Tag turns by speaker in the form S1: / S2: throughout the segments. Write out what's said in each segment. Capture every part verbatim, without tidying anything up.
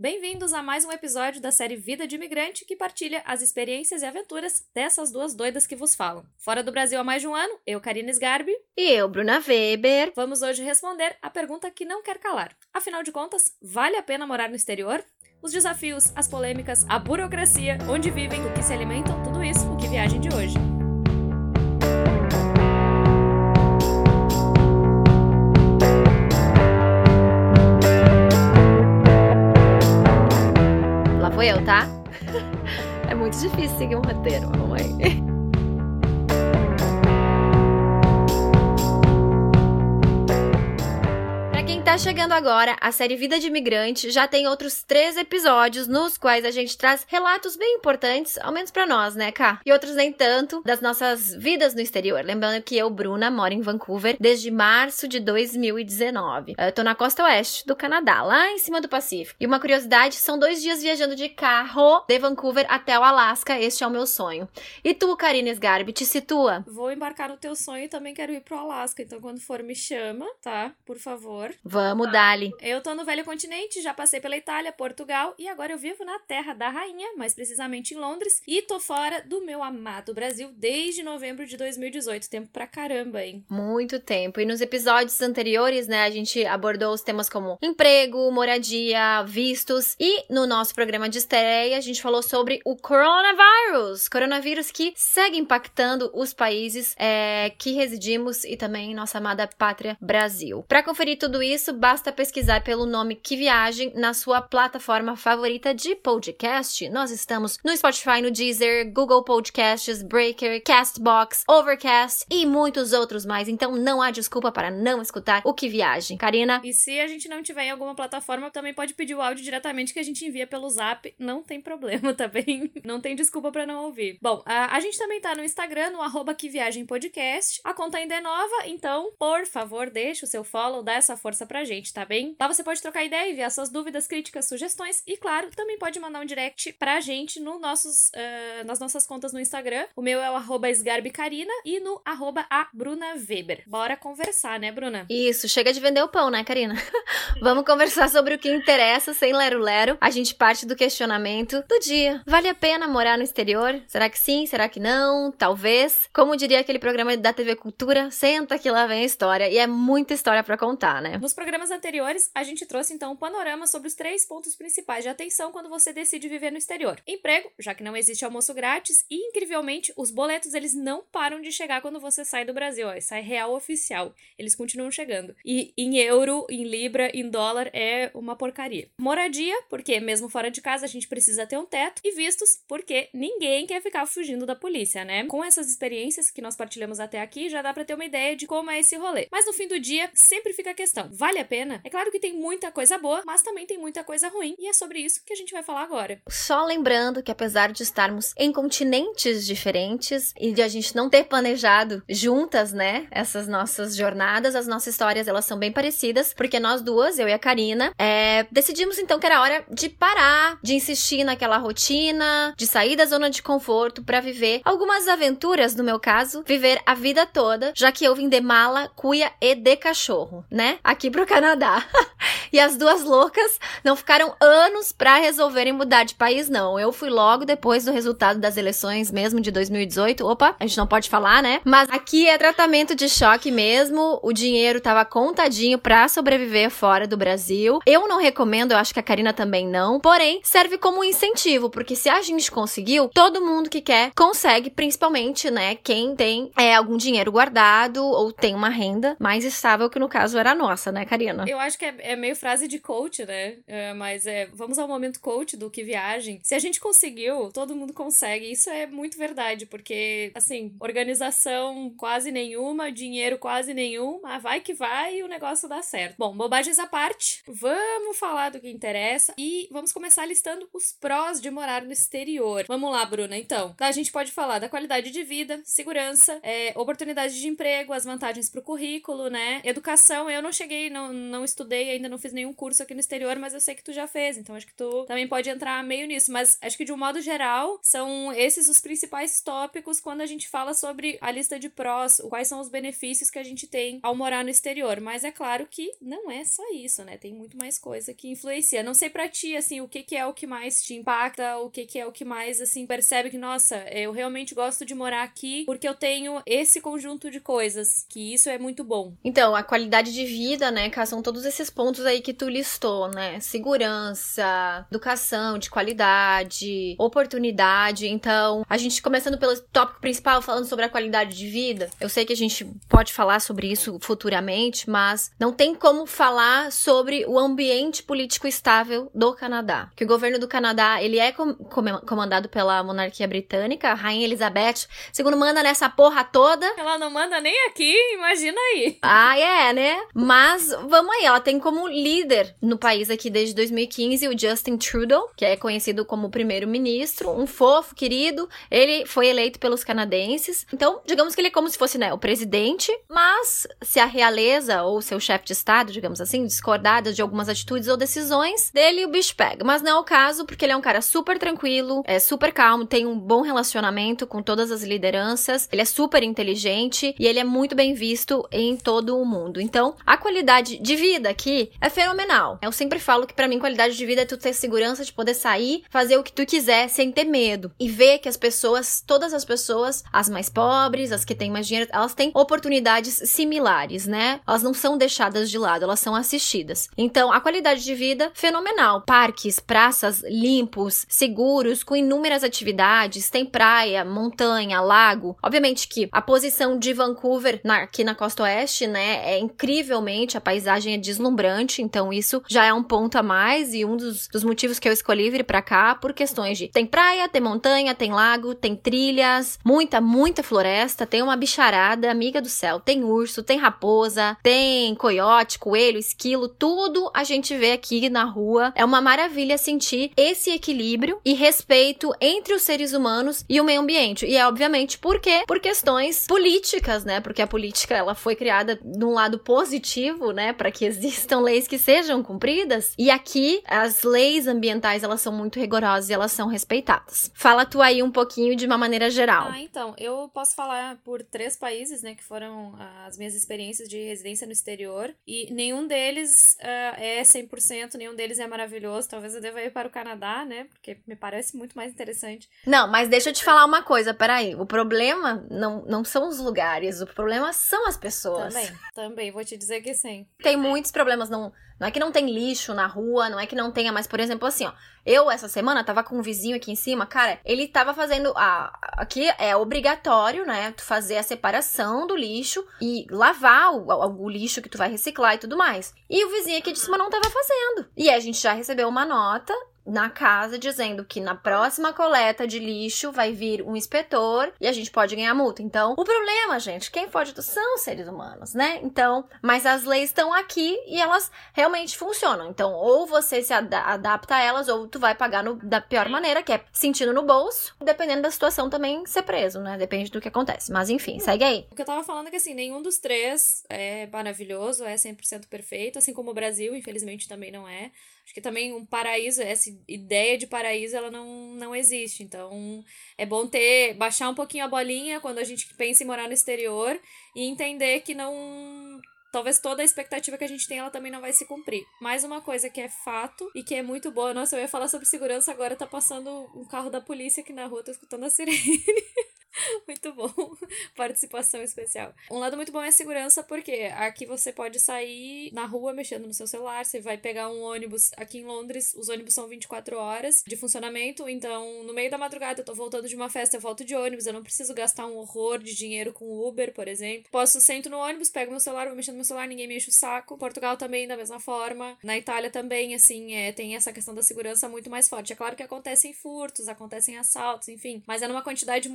S1: Bem-vindos a mais um episódio da série Vida de Imigrante, que partilha as experiências e aventuras dessas duas doidas que vos falam. Fora do Brasil há mais de um ano, eu, Karina Sgarbi.
S2: E eu, Bruna Weber.
S1: Vamos hoje responder a pergunta que não quer calar. Afinal de contas, vale a pena morar no exterior? Os desafios, as polêmicas, a burocracia, onde vivem, o que se alimentam, tudo isso, o que viagem de hoje.
S2: Lá vou eu, tá? É muito difícil seguir um roteiro, mamãe. Tá chegando agora, a série Vida de Imigrante já tem outros três episódios nos quais a gente traz relatos bem importantes, ao menos pra nós, né, Ká? E outros nem tanto, das nossas vidas no exterior. Lembrando que eu, Bruna, moro em Vancouver desde março de dois mil e dezenove. Eu tô na costa oeste do Canadá, lá em cima do Pacífico. E uma curiosidade, são dois dias viajando de carro de Vancouver até o Alasca. Este é o meu sonho. E tu, Karina Sgarbi, te situa?
S1: Vou embarcar no teu sonho e também quero ir pro Alasca, então quando for me chama, tá? Por favor.
S2: Vamos, dali.
S1: Eu tô no velho continente, já passei pela Itália, Portugal e agora eu vivo na terra da rainha, mais precisamente em Londres, e tô fora do meu amado Brasil desde novembro de dois mil e dezoito. Tempo pra caramba, hein?
S2: Muito tempo. E nos episódios anteriores, né, a gente abordou os temas como emprego, moradia, vistos, e no nosso programa de estreia a gente falou sobre o coronavírus, coronavírus que segue impactando os países é, que residimos e também nossa amada pátria Brasil. Pra conferir tudo isso, basta pesquisar pelo nome Que Viagem na sua plataforma favorita de podcast. Nós estamos no Spotify, no Deezer, Google Podcasts, Breaker, Castbox, Overcast e muitos outros mais. Então não há desculpa para não escutar o Que Viagem. Karina?
S1: E se a gente não tiver em alguma plataforma, também pode pedir o áudio diretamente que a gente envia pelo Zap. Não tem problema, tá bem? Não tem desculpa para não ouvir. Bom, a, a gente também tá no Instagram, no arroba Que Viagem Podcast. A conta ainda é nova, então, por favor, deixa o seu follow, dá essa força pra gente, tá bem? Lá você pode trocar ideia, enviar suas dúvidas, críticas, sugestões e, claro, também pode mandar um direct pra gente no nossos, uh, nas nossas contas no Instagram. O meu é o arroba sgarbicarina e no arroba a Bruna Weber. Bora conversar, né, Bruna?
S2: Isso, chega de vender o pão, né, Karina? Vamos conversar sobre o que interessa, sem lero-lero. A gente parte do questionamento do dia. Vale a pena morar no exterior? Será que sim? Será que não? Talvez. Como diria aquele programa da T V Cultura, senta que lá vem a história. E é muita história pra contar, né?
S1: Nos programas anteriores, a gente trouxe então um panorama sobre os três pontos principais de atenção quando você decide viver no exterior. Emprego, já que não existe almoço grátis, e incrivelmente, os boletos eles não param de chegar quando você sai do Brasil, ó, isso é real oficial, eles continuam chegando. E em euro, em libra, em dólar é uma porcaria. Moradia, porque mesmo fora de casa a gente precisa ter um teto, e vistos, porque ninguém quer ficar fugindo da polícia, né? Com essas experiências que nós partilhamos até aqui, já dá pra ter uma ideia de como é esse rolê. Mas no fim do dia, sempre fica a questão, vale a pena? É claro que tem muita coisa boa, mas também tem muita coisa ruim, e é sobre isso que a gente vai falar agora.
S2: Só lembrando que apesar de estarmos em continentes diferentes e de a gente não ter planejado juntas, né, essas nossas jornadas, as nossas histórias, elas são bem parecidas, porque nós duas, eu e a Karina, é, decidimos então que era hora de parar, de insistir naquela rotina, de sair da zona de conforto pra viver algumas aventuras, no meu caso, viver a vida toda, já que eu vim de mala, cuia e de cachorro, né, aqui pro Canadá. E as duas loucas não ficaram anos pra resolverem mudar de país, não. Eu fui logo depois do resultado das eleições mesmo de dois mil e dezoito. Opa, a gente não pode falar, né? Mas aqui é tratamento de choque mesmo. O dinheiro tava contadinho pra sobreviver fora do Brasil. Eu não recomendo, eu acho que a Karina também não. Porém, serve como um incentivo, porque se a gente conseguiu, todo mundo que quer consegue, principalmente, né, quem tem é, algum dinheiro guardado ou tem uma renda mais estável, que no caso era a nossa, né, Karina?
S1: Eu acho que é, é meio frase de coach, né? É, mas é, vamos ao momento coach do Que Viagem. Se a gente conseguiu, todo mundo consegue. Isso é muito verdade, porque, assim, organização quase nenhuma, dinheiro quase nenhum, mas vai que vai e o negócio dá certo. Bom, bobagens à parte, vamos falar do que interessa e vamos começar listando os prós de morar no exterior. Vamos lá, Bruna, então. A gente pode falar da qualidade de vida, segurança, é, oportunidade de emprego, as vantagens pro currículo, né? Educação, eu não cheguei, não não, não estudei, ainda não fiz nenhum curso aqui no exterior, mas eu sei que tu já fez, então acho que tu também pode entrar meio nisso. Mas acho que de um modo geral, são esses os principais tópicos quando a gente fala sobre a lista de prós, quais são os benefícios que a gente tem ao morar no exterior. Mas é claro que não é só isso, né? Tem muito mais coisa que influencia. Não sei pra ti, assim, o que que é o que mais te impacta, o que que é o que mais, assim, percebe que, nossa, eu realmente gosto de morar aqui porque eu tenho esse conjunto de coisas, que isso é muito bom.
S2: Então, a qualidade de vida, né, Cá, são todos esses pontos aí que tu listou, né? Segurança, educação de qualidade, oportunidade. Então, a gente começando pelo tópico principal, falando sobre a qualidade de vida. Eu sei que a gente pode falar sobre isso futuramente, mas não tem como falar sobre o ambiente político estável do Canadá. Que o governo do Canadá, ele é com- com- comandado pela monarquia britânica, a Rainha Elizabeth segundo manda nessa porra toda.
S1: Ela não manda nem aqui, imagina aí.
S2: Ah, é, né? Mas, vamos aí, ela tem como líder no país aqui desde dois mil e quinze o Justin Trudeau, que é conhecido como primeiro-ministro, um fofo, querido. Ele foi eleito pelos canadenses. Então, digamos que ele é como se fosse, né, o presidente, mas se a realeza ou seu chefe de estado, digamos assim, discordada de algumas atitudes ou decisões dele, o bicho pega. Mas não é o caso, porque ele é um cara super tranquilo, é super calmo, tem um bom relacionamento com todas as lideranças, ele é super inteligente e ele é muito bem visto em todo o mundo. Então, a qualidade de vida aqui é fenomenal. Eu sempre falo que pra mim qualidade de vida é tu ter segurança de poder sair, fazer o que tu quiser sem ter medo e ver que as pessoas, todas as pessoas, as mais pobres, as que têm mais dinheiro, elas têm oportunidades similares, né? Elas não são deixadas de lado, elas são assistidas. Então, a qualidade de vida fenomenal. Parques, praças limpos, seguros, com inúmeras atividades, tem praia, montanha, lago. Obviamente que a posição de Vancouver na, aqui na costa oeste, né, é incrivelmente, a paisagem é deslumbrante, então isso já é um ponto a mais e um dos, dos motivos que eu escolhi vir pra cá por questões de tem praia, tem montanha, tem lago, tem trilhas, muita, muita floresta, tem uma bicharada, amiga do céu, tem urso, tem raposa, tem coiote, coelho, esquilo, tudo a gente vê aqui na rua. É uma maravilha sentir esse equilíbrio e respeito entre os seres humanos e o meio ambiente. E é obviamente por quê? Por questões políticas, né? Porque a política ela foi criada de um lado positivo, né? Para que existam leis que sejam cumpridas. E aqui as leis ambientais elas são muito rigorosas e elas são respeitadas. Fala tu aí um pouquinho de uma maneira geral.
S1: Ah, então, eu posso falar por três países, né, que foram as minhas experiências de residência no exterior, e nenhum deles uh, é cem por cento, nenhum deles é maravilhoso. Talvez eu deva ir para o Canadá, né, porque me parece muito mais interessante.
S2: Não, mas deixa eu te falar uma coisa, peraí, o problema não, não são os lugares, o problema são as pessoas.
S1: Também, também, vou te dizer que sim.
S2: Tem muitos problemas, não, não é que não tem lixo na rua, não é que não tenha, mas, por exemplo, assim, ó, eu essa semana tava com um vizinho aqui em cima, cara, ele tava fazendo, ah, aqui é obrigatório, né, tu fazer a separação do lixo e lavar o, o, o lixo que tu vai reciclar e tudo mais. E o vizinho aqui de cima não tava fazendo. E a gente já recebeu uma nota na casa dizendo que na próxima coleta de lixo vai vir um inspetor e a gente pode ganhar multa. Então, o problema, gente, quem fode são os seres humanos, né? Então, mas as leis estão aqui e elas realmente funcionam. Então, ou você se ad- adapta a elas ou tu vai pagar no, da pior maneira, que é sentindo no bolso, dependendo da situação também ser preso, né? Depende do que acontece. Mas enfim, segue aí.
S1: O que eu tava falando é que, assim, nenhum dos três é maravilhoso, é cem por cento perfeito, assim como o Brasil, infelizmente, também não é. Acho que também um paraíso, essa ideia de paraíso, ela não, não existe. Então, é bom ter, baixar um pouquinho a bolinha quando a gente pensa em morar no exterior e entender que não... Talvez toda a expectativa que a gente tem, ela também não vai se cumprir. Mais uma coisa que é fato e que é muito boa. Nossa, eu ia falar sobre segurança, agora tá passando um carro da polícia aqui na rua, tô escutando a sirene. Muito bom. Participação especial. Um lado muito bom é a segurança, porque aqui você pode sair na rua mexendo no seu celular, você vai pegar um ônibus. Aqui em Londres, os ônibus são vinte e quatro horas de funcionamento, então no meio da madrugada eu tô voltando de uma festa, eu volto de ônibus, eu não preciso gastar um horror de dinheiro com Uber, por exemplo. Posso, sento no ônibus, pego meu celular, vou mexendo no meu celular, ninguém me enche o saco. Portugal também, da mesma forma. Na Itália também, assim, é, tem essa questão da segurança muito mais forte. É claro que acontecem furtos, acontecem assaltos, enfim, mas é numa quantidade muito menor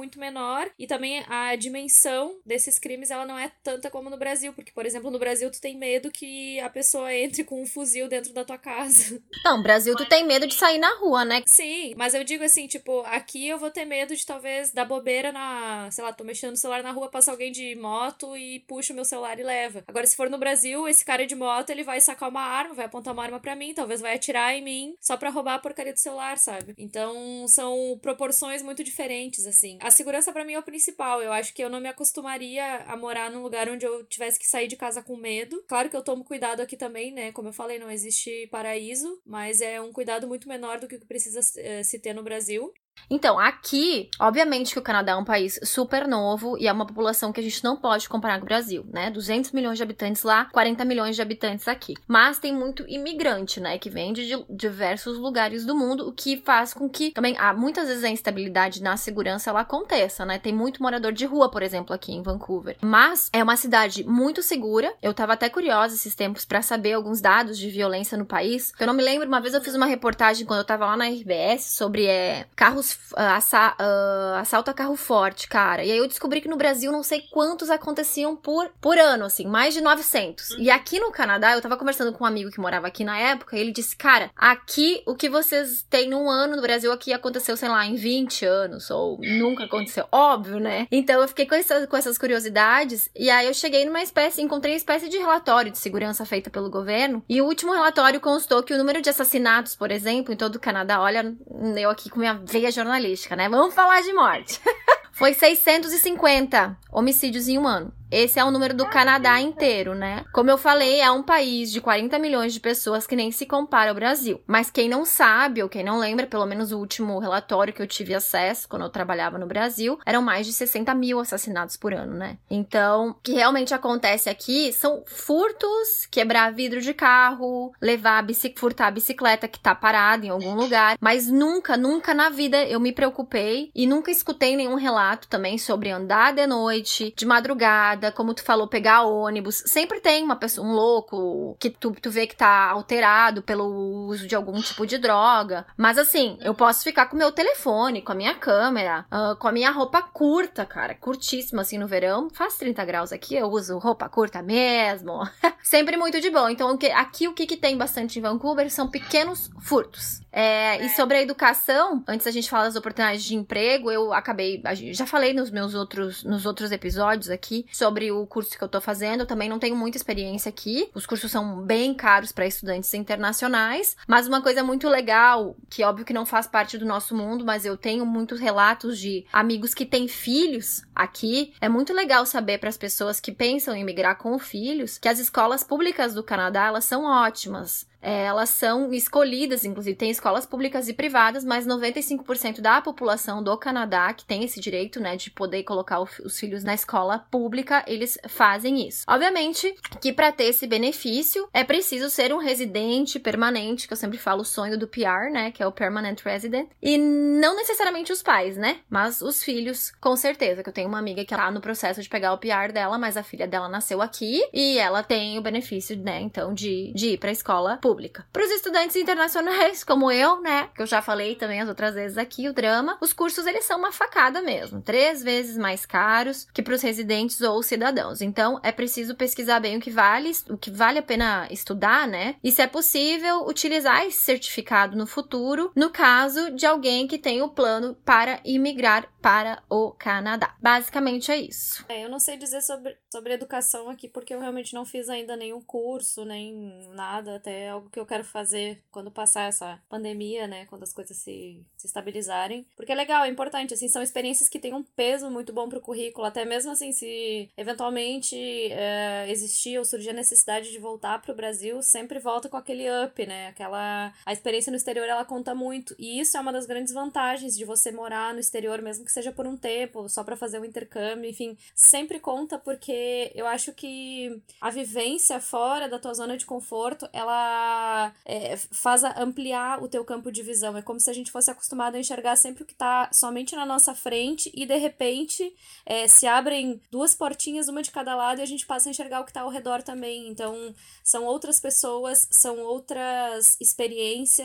S1: menor e também a dimensão desses crimes, ela não é tanta como no Brasil, porque, por exemplo, no Brasil tu tem medo que a pessoa entre com um fuzil dentro da tua casa.
S2: Não, no Brasil tu tem medo de sair na rua, né?
S1: Sim, mas eu digo assim, tipo, aqui eu vou ter medo de talvez dar bobeira na, sei lá, tô mexendo no celular na rua, passa alguém de moto e puxa o meu celular e leva. Agora, se for no Brasil, esse cara de moto, ele vai sacar uma arma, vai apontar uma arma pra mim, talvez vai atirar em mim, só pra roubar a porcaria do celular, sabe? Então, são proporções muito diferentes, assim. A segurança pra mim é o principal. Eu acho que eu não me acostumaria a morar num lugar onde eu tivesse que sair de casa com medo. Claro que eu tomo cuidado aqui também, né? Como eu falei, não existe paraíso, mas é um cuidado muito menor do que precisa uh, se ter no Brasil.
S2: Então, aqui, obviamente que o Canadá é um país super novo e é uma população que a gente não pode comparar com o Brasil, né? duzentos milhões de habitantes lá, quarenta milhões de habitantes aqui. Mas tem muito imigrante, né? Que vem de diversos lugares do mundo, o que faz com que também, há, muitas vezes a instabilidade na segurança, ela aconteça, né? Tem muito morador de rua, por exemplo, aqui em Vancouver. Mas é uma cidade muito segura. Eu tava até curiosa esses tempos pra saber alguns dados de violência no país. Eu não me lembro, uma vez eu fiz uma reportagem quando eu tava lá na R B S sobre é, carros Assa, uh, assalto a carro forte, cara. E aí eu descobri que no Brasil não sei quantos aconteciam por, por ano, assim, mais de novecentos. Uhum. E aqui no Canadá, eu tava conversando com um amigo que morava aqui na época, e ele disse, cara, aqui o que vocês têm num ano no Brasil, aqui aconteceu, sei lá, em vinte anos, ou nunca aconteceu. Óbvio, né? Então eu fiquei com, essa, com essas curiosidades, e aí eu cheguei numa espécie, encontrei uma espécie de relatório de segurança feita pelo governo, e o último relatório constou que o número de assassinatos, por exemplo, em todo o Canadá, olha, eu aqui com minha veia jornalística, né? Vamos falar de morte. Foi seiscentos e cinquenta homicídios em um ano. Esse é o número do Canadá inteiro, né? Como eu falei, é um país de quarenta milhões de pessoas que nem se compara ao Brasil. Mas quem não sabe, ou quem não lembra, pelo menos o último relatório que eu tive acesso quando eu trabalhava no Brasil, eram mais de sessenta mil assassinatos por ano, né? Então, o que realmente acontece aqui são furtos, quebrar vidro de carro, levar a bicic- furtar a bicicleta que tá parada em algum lugar. Mas nunca, nunca na vida eu me preocupei e nunca escutei nenhum relato também sobre andar de noite, de madrugada, como tu falou, pegar ônibus. Sempre tem uma pessoa, um louco, que tu, tu vê que tá alterado pelo uso de algum tipo de droga. Mas assim, eu posso ficar com o meu telefone, com a minha câmera, uh, com a minha roupa curta, cara. Curtíssima, assim, no verão. Faz trinta graus aqui, eu uso roupa curta mesmo. Sempre muito de bom. Então, aqui o que, que tem bastante em Vancouver são pequenos furtos. É, e sobre a educação, antes da gente falar das oportunidades de emprego, eu acabei, já falei nos meus outros, nos outros episódios aqui, sobre o curso que eu tô fazendo. Eu também não tenho muita experiência aqui. Os cursos são bem caros para estudantes internacionais, mas uma coisa muito legal, que óbvio que não faz parte do nosso mundo, mas eu tenho muitos relatos de amigos que têm filhos aqui. É muito legal saber para as pessoas que pensam em migrar com filhos, que as escolas públicas do Canadá, elas são ótimas. É, elas são escolhidas, inclusive tem escolas públicas e privadas, mas noventa e cinco por cento da população do Canadá que tem esse direito, né, de poder colocar o, os filhos na escola pública, eles fazem isso. Obviamente que para ter esse benefício é preciso ser um residente permanente, que eu sempre falo o sonho do P R, né, que é o Permanent Resident, e não necessariamente os pais, né, mas os filhos, com certeza, que eu tenho uma amiga que tá no processo de pegar o P R dela, mas a filha dela nasceu aqui e ela tem o benefício, né, então de, de ir pra escola pública. Para os estudantes internacionais, como eu, né, que eu já falei também as outras vezes aqui, o drama, os cursos, eles são uma facada mesmo, três vezes mais caros que para os residentes ou cidadãos. Então, é preciso pesquisar bem o que vale, o que vale a pena estudar, né, e se é possível, utilizar esse certificado no futuro, no caso de alguém que tem o plano para imigrar para o Canadá. Basicamente é isso.
S1: É, eu não sei dizer sobre, sobre educação aqui, porque eu realmente não fiz ainda nenhum curso, nem nada, até algo que eu quero fazer quando passar essa pandemia, né, quando as coisas se, se estabilizarem, porque é legal, é importante, assim, são experiências que têm um peso muito bom pro currículo, até mesmo assim, se eventualmente é, existir ou surgir a necessidade de voltar pro Brasil, sempre volta com aquele up, né, aquela, a experiência no exterior, ela conta muito, e isso é uma das grandes vantagens de você morar no exterior, mesmo que seja por um tempo, só pra fazer um intercâmbio, enfim, sempre conta, porque eu acho que a vivência fora da tua zona de conforto, ela é, faz ampliar o teu campo de visão. É como se a gente fosse acostumado a enxergar sempre o que tá somente na nossa frente e, de repente, é, se abrem duas portinhas, uma de cada lado, e a gente passa a enxergar o que tá ao redor também. Então, são outras pessoas, são outras experiências,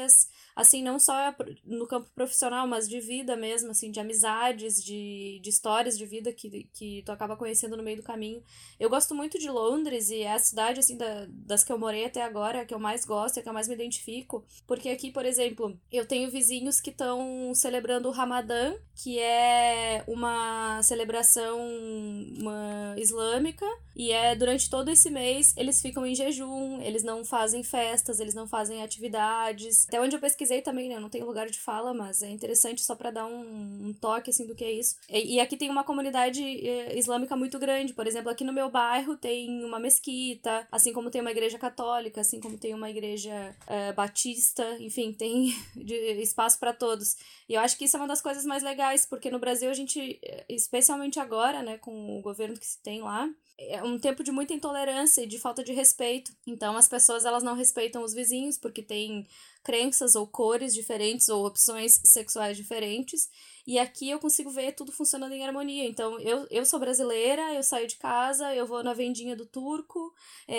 S1: assim, não só no campo profissional, mas de vida mesmo, assim, de amizades, de, de histórias de vida que, que tu acaba conhecendo no meio do caminho. Eu gosto muito de Londres e é a cidade, assim, da, das que eu morei até agora, que eu mais gosto, é que eu mais me identifico, porque aqui, por exemplo, eu tenho vizinhos que estão celebrando o Ramadã, que é uma celebração uma, islâmica, e é durante todo esse mês eles ficam em jejum, eles não fazem festas, eles não fazem atividades. Até onde eu pesquisei também, né? Eu não tenho lugar de fala, mas é interessante só pra dar um, um toque, assim, do que é isso. E, e aqui tem uma comunidade eh, islâmica muito grande. Por exemplo, aqui no meu bairro tem uma mesquita, assim como tem uma igreja católica, assim como tem uma igreja eh, batista, enfim, tem de, espaço pra todos. E eu acho que isso é uma das coisas mais legais, porque no Brasil a gente, especialmente agora, né, com o governo que se tem lá, é um tempo de muita intolerância e de falta de respeito. Então as pessoas, elas não respeitam os vizinhos porque têm crenças ou cores diferentes ou opções sexuais diferentes. E aqui eu consigo ver tudo funcionando em harmonia. Então, eu, eu sou brasileira, eu saio de casa, eu vou na vendinha do turco,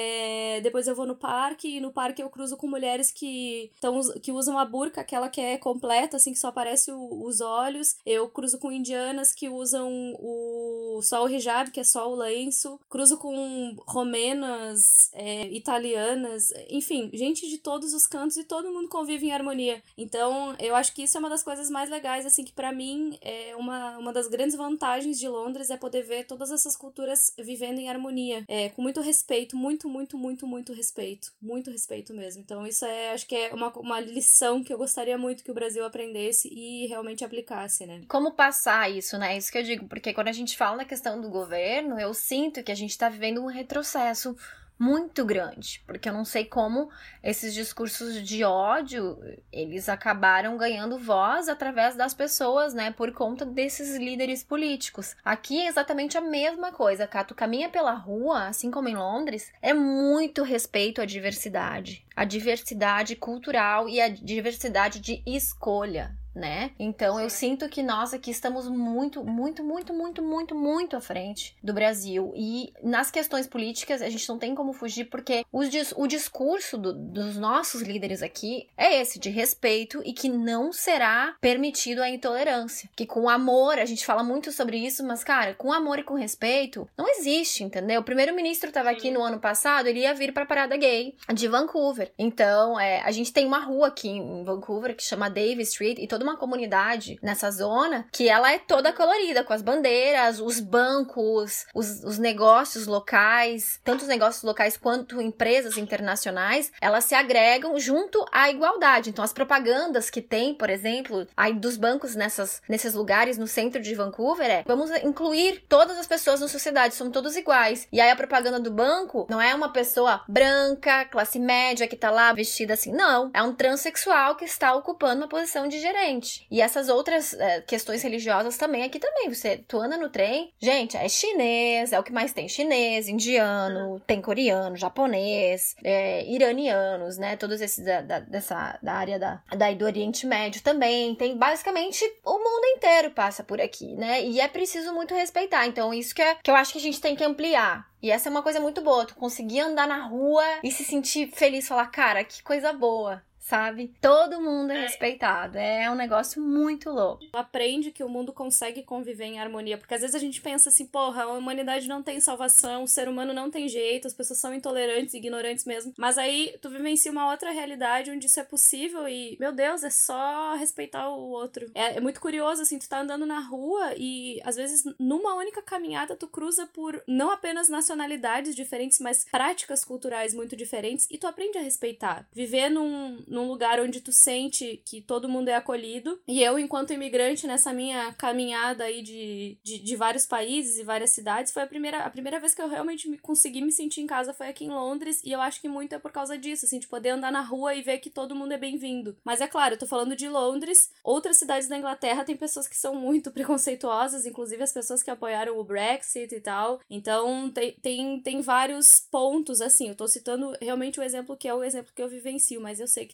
S1: é, depois eu vou no parque, e no parque eu cruzo com mulheres que, tão, que usam a burca, aquela que é completa, assim, que só aparece o, os olhos. Eu cruzo com indianas que usam o, só o hijab, que é só o lenço. Cruzo com romenas, é, italianas, enfim, gente de todos os cantos e todo mundo convive em harmonia. Então, eu acho que isso é uma das coisas mais legais, assim, que pra mim é uma, uma das grandes vantagens de Londres é poder ver todas essas culturas vivendo em harmonia, é, com muito respeito, muito, muito, muito, muito respeito, muito respeito mesmo. Então isso é, acho que é uma, uma lição que eu gostaria muito que o Brasil aprendesse e realmente aplicasse, né?
S2: Como passar isso, né? Isso que eu digo, porque quando a gente fala na questão do governo, eu sinto que a gente tá vivendo um retrocesso muito grande, porque eu não sei como esses discursos de ódio, eles acabaram ganhando voz através das pessoas, né, por conta desses líderes políticos. Aqui é exatamente a mesma coisa, cara, tu caminha pela rua, assim como em Londres, é muito respeito à diversidade, a diversidade cultural e a diversidade de escolha, né? Então eu sinto que nós aqui estamos muito, muito, muito, muito, muito, muito à frente do Brasil. E nas questões políticas a gente não tem como fugir, porque o, dis- o discurso do, dos nossos líderes aqui é esse, de respeito, e que não será permitido a intolerância. Que com amor, a gente fala muito sobre isso, mas cara, com amor e com respeito não existe, entendeu? O primeiro-ministro estava aqui no ano passado, ele ia vir para a Parada Gay de Vancouver. Então é, a gente tem uma rua aqui em Vancouver que chama Davie Street, e toda uma comunidade nessa zona que ela é toda colorida, com as bandeiras, os bancos, os, os negócios locais, tanto os negócios locais quanto empresas internacionais, elas se agregam junto à igualdade. Então as propagandas que tem, por exemplo, aí dos bancos nessas, nesses lugares no centro de Vancouver é: vamos incluir todas as pessoas na sociedade, somos todos iguais. E aí a propaganda do banco não é uma pessoa branca, classe média, que tá lá vestida assim, não, é um transexual que está ocupando uma posição de gerente. E essas outras é, questões religiosas também, aqui também, você, tu anda no trem, gente, é chinês, é o que mais tem, chinês, indiano, tem coreano, japonês, é, iranianos, né, todos esses da, da, dessa, da área da, da, do Oriente Médio também, tem basicamente o mundo inteiro passa por aqui, né, e é preciso muito respeitar, então isso que, é, que eu acho que a gente tem que ampliar. E essa é uma coisa muito boa, tu conseguir andar na rua e se sentir feliz, falar, cara, que coisa boa. Sabe? Todo mundo é respeitado. É um negócio muito louco.
S1: Aprende que o mundo consegue conviver em harmonia. Porque às vezes a gente pensa assim, porra, a humanidade não tem salvação, o ser humano não tem jeito, as pessoas são intolerantes, ignorantes mesmo. Mas aí tu vivencia uma outra realidade onde isso é possível e, meu Deus, é só respeitar o outro. É, é muito curioso, assim, tu tá andando na rua e às vezes numa única caminhada tu cruza por não apenas nacionalidades diferentes, mas práticas culturais muito diferentes e tu aprende a respeitar. Viver num num lugar onde tu sente que todo mundo é acolhido. E eu, enquanto imigrante, nessa minha caminhada aí de, de, de vários países e várias cidades, foi a primeira, a primeira vez que eu realmente me, consegui me sentir em casa foi aqui em Londres, e eu acho que muito é por causa disso, assim, de poder andar na rua e ver que todo mundo é bem-vindo. Mas é claro, eu tô falando de Londres, outras cidades da Inglaterra tem pessoas que são muito preconceituosas, inclusive as pessoas que apoiaram o Brexit e tal. Então, tem, tem, tem vários pontos, assim, eu tô citando realmente o exemplo que é o exemplo que eu vivencio, mas eu sei que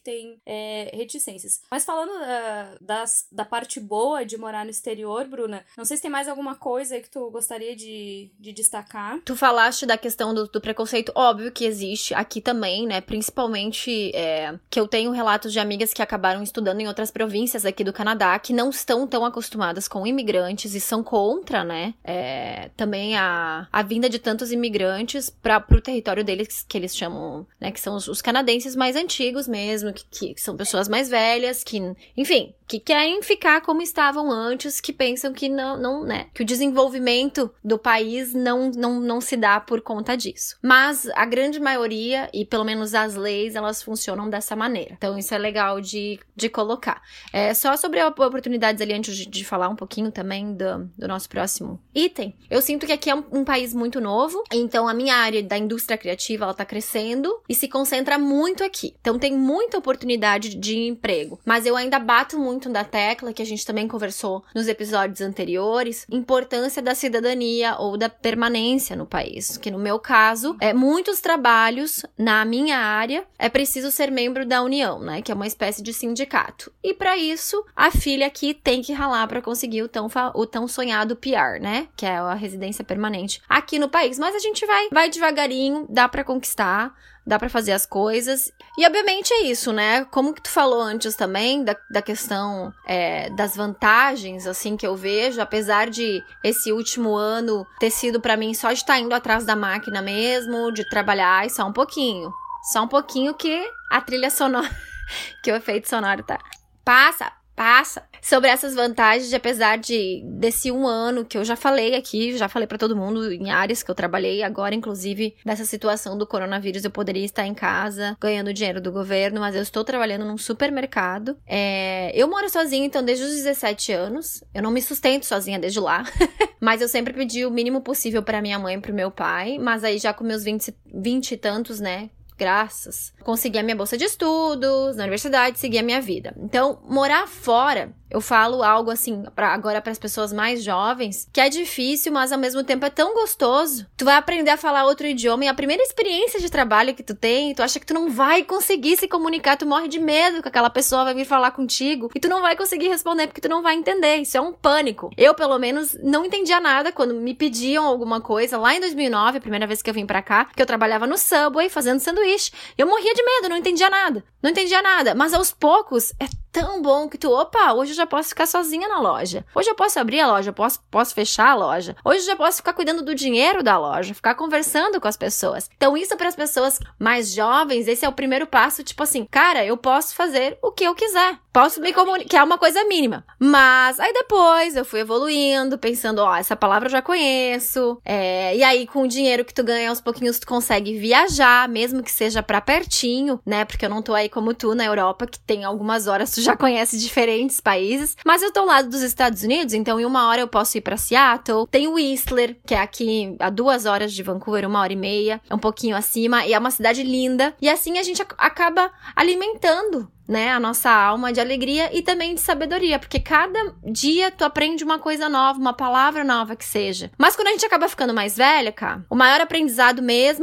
S1: tem é, reticências. Mas falando uh, das, da parte boa de morar no exterior, Bruna, não sei se tem mais alguma coisa que tu gostaria de, de destacar.
S2: Tu falaste da questão do, do preconceito, óbvio que existe aqui também, né, principalmente é, que eu tenho relatos de amigas que acabaram estudando em outras províncias aqui do Canadá, que não estão tão acostumadas com imigrantes e são contra, né, é, também a, a vinda de tantos imigrantes para pro território deles, que eles chamam, né, que são os, os canadenses mais antigos mesmo, que, que são pessoas mais velhas, que, enfim, que querem ficar como estavam antes, que pensam que não, não, né, que o desenvolvimento do país não, não, não se dá por conta disso. Mas a grande maioria, e pelo menos as leis, elas funcionam dessa maneira. Então isso é legal de, de colocar. É, só sobre oportunidades ali, antes de, de falar um pouquinho também do, do nosso próximo item, eu sinto que aqui é um, um país muito novo, então a minha área da indústria criativa, ela tá crescendo e se concentra muito aqui. Então tem muita oportunidade de emprego, mas eu ainda bato muito da tecla, que a gente também conversou nos episódios anteriores, importância da cidadania ou da permanência no país, que no meu caso, é, muitos trabalhos na minha área é preciso ser membro da União, né, que é uma espécie de sindicato. E para isso, a filha aqui tem que ralar para conseguir o tão, o tão sonhado P R, né, que é a residência permanente aqui no país. Mas a gente vai, vai devagarinho, dá para conquistar, dá pra fazer as coisas. E obviamente é isso, né? Como que tu falou antes também, da, da questão é, das vantagens, assim, que eu vejo, apesar de esse último ano ter sido pra mim só de estar indo atrás da máquina mesmo, de trabalhar, e só um pouquinho. Só um pouquinho que a trilha sonora, que o efeito sonoro tá... Passa, passa. Sobre essas vantagens, de, apesar de desse um ano que eu já falei aqui, já falei pra todo mundo em áreas que eu trabalhei, agora inclusive dessa situação do coronavírus eu poderia estar em casa ganhando dinheiro do governo, mas eu estou trabalhando num supermercado. É, eu moro sozinha, então desde os dezessete anos, eu não me sustento sozinha desde lá, mas eu sempre pedi o mínimo possível pra minha mãe e pro meu pai, mas aí já com meus vinte, vinte e tantos, né, graças, consegui a minha bolsa de estudos na universidade, segui a minha vida. Então, morar fora, eu falo algo assim, pra, agora para as pessoas mais jovens, que é difícil, mas ao mesmo tempo é tão gostoso. Tu vai aprender a falar outro idioma e a primeira experiência de trabalho que tu tem, tu acha que tu não vai conseguir se comunicar, tu morre de medo que aquela pessoa vai vir falar contigo e tu não vai conseguir responder porque tu não vai entender. Isso é um pânico. Eu, pelo menos, não entendia nada quando me pediam alguma coisa. Lá em dois mil e nove, a primeira vez que eu vim pra cá, que eu trabalhava no Subway fazendo sanduíche. Eu morria de medo, não entendia nada. Não entendia nada. Mas aos poucos, é tão bom que tu, opa, hoje eu já posso ficar sozinha na loja. Hoje eu posso abrir a loja, eu posso, posso fechar a loja. Hoje eu já posso ficar cuidando do dinheiro da loja, ficar conversando com as pessoas. Então isso para as pessoas mais jovens, esse é o primeiro passo, tipo assim, cara, eu posso fazer o que eu quiser. Posso me comunicar, que é uma coisa mínima. Mas aí depois eu fui evoluindo, pensando, ó, essa palavra eu já conheço. É, e aí com o dinheiro que tu ganha aos pouquinhos tu consegue viajar, mesmo que seja pra pertinho, né? Porque eu não tô aí como tu na Europa, que tem algumas horas tu já conhece diferentes países. Mas eu tô ao lado dos Estados Unidos, então em uma hora eu posso ir pra Seattle. Tem Whistler, que é aqui a duas horas de Vancouver, uma hora e meia. É um pouquinho acima e é uma cidade linda. E assim a gente ac- acaba alimentando, né, a nossa alma de alegria e também de sabedoria, porque cada dia tu aprende uma coisa nova, uma palavra nova que seja. Mas quando a gente acaba ficando mais velha, cara, o maior aprendizado mesmo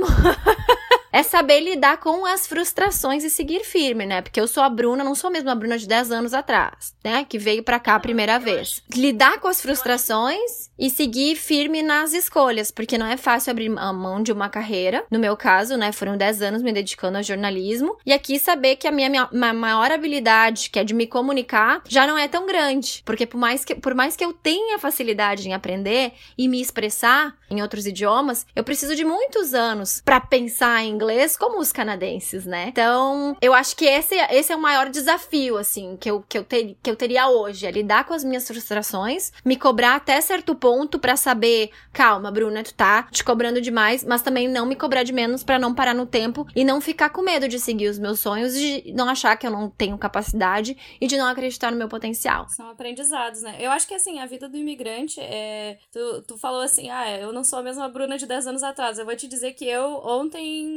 S2: é saber lidar com as frustrações e seguir firme, né? Porque eu sou a Bruna, não sou mesmo a Bruna de dez anos atrás, né? Que veio pra cá a primeira vez. Lidar com as frustrações e seguir firme nas escolhas, porque não é fácil abrir a mão de uma carreira. No meu caso, né? Foram dez anos me dedicando ao jornalismo. E aqui saber que a minha, minha, minha maior habilidade, que é de me comunicar, já não é tão grande. Porque por mais que, por mais que eu tenha facilidade em aprender e me expressar em outros idiomas, eu preciso de muitos anos pra pensar em inglês como os canadenses, né? Então, eu acho que esse, esse é o maior desafio, assim, que eu, que, eu ter, que eu teria hoje, é lidar com as minhas frustrações, me cobrar até certo ponto pra saber, calma, Bruna, tu tá te cobrando demais, mas também não me cobrar de menos pra não parar no tempo e não ficar com medo de seguir os meus sonhos, de não achar que eu não tenho capacidade e de não acreditar no meu potencial.
S1: São aprendizados, né? Eu acho que, assim, a vida do imigrante é... Tu, tu falou assim, ah, eu não sou a mesma Bruna de dez anos atrás. Eu vou te dizer que eu ontem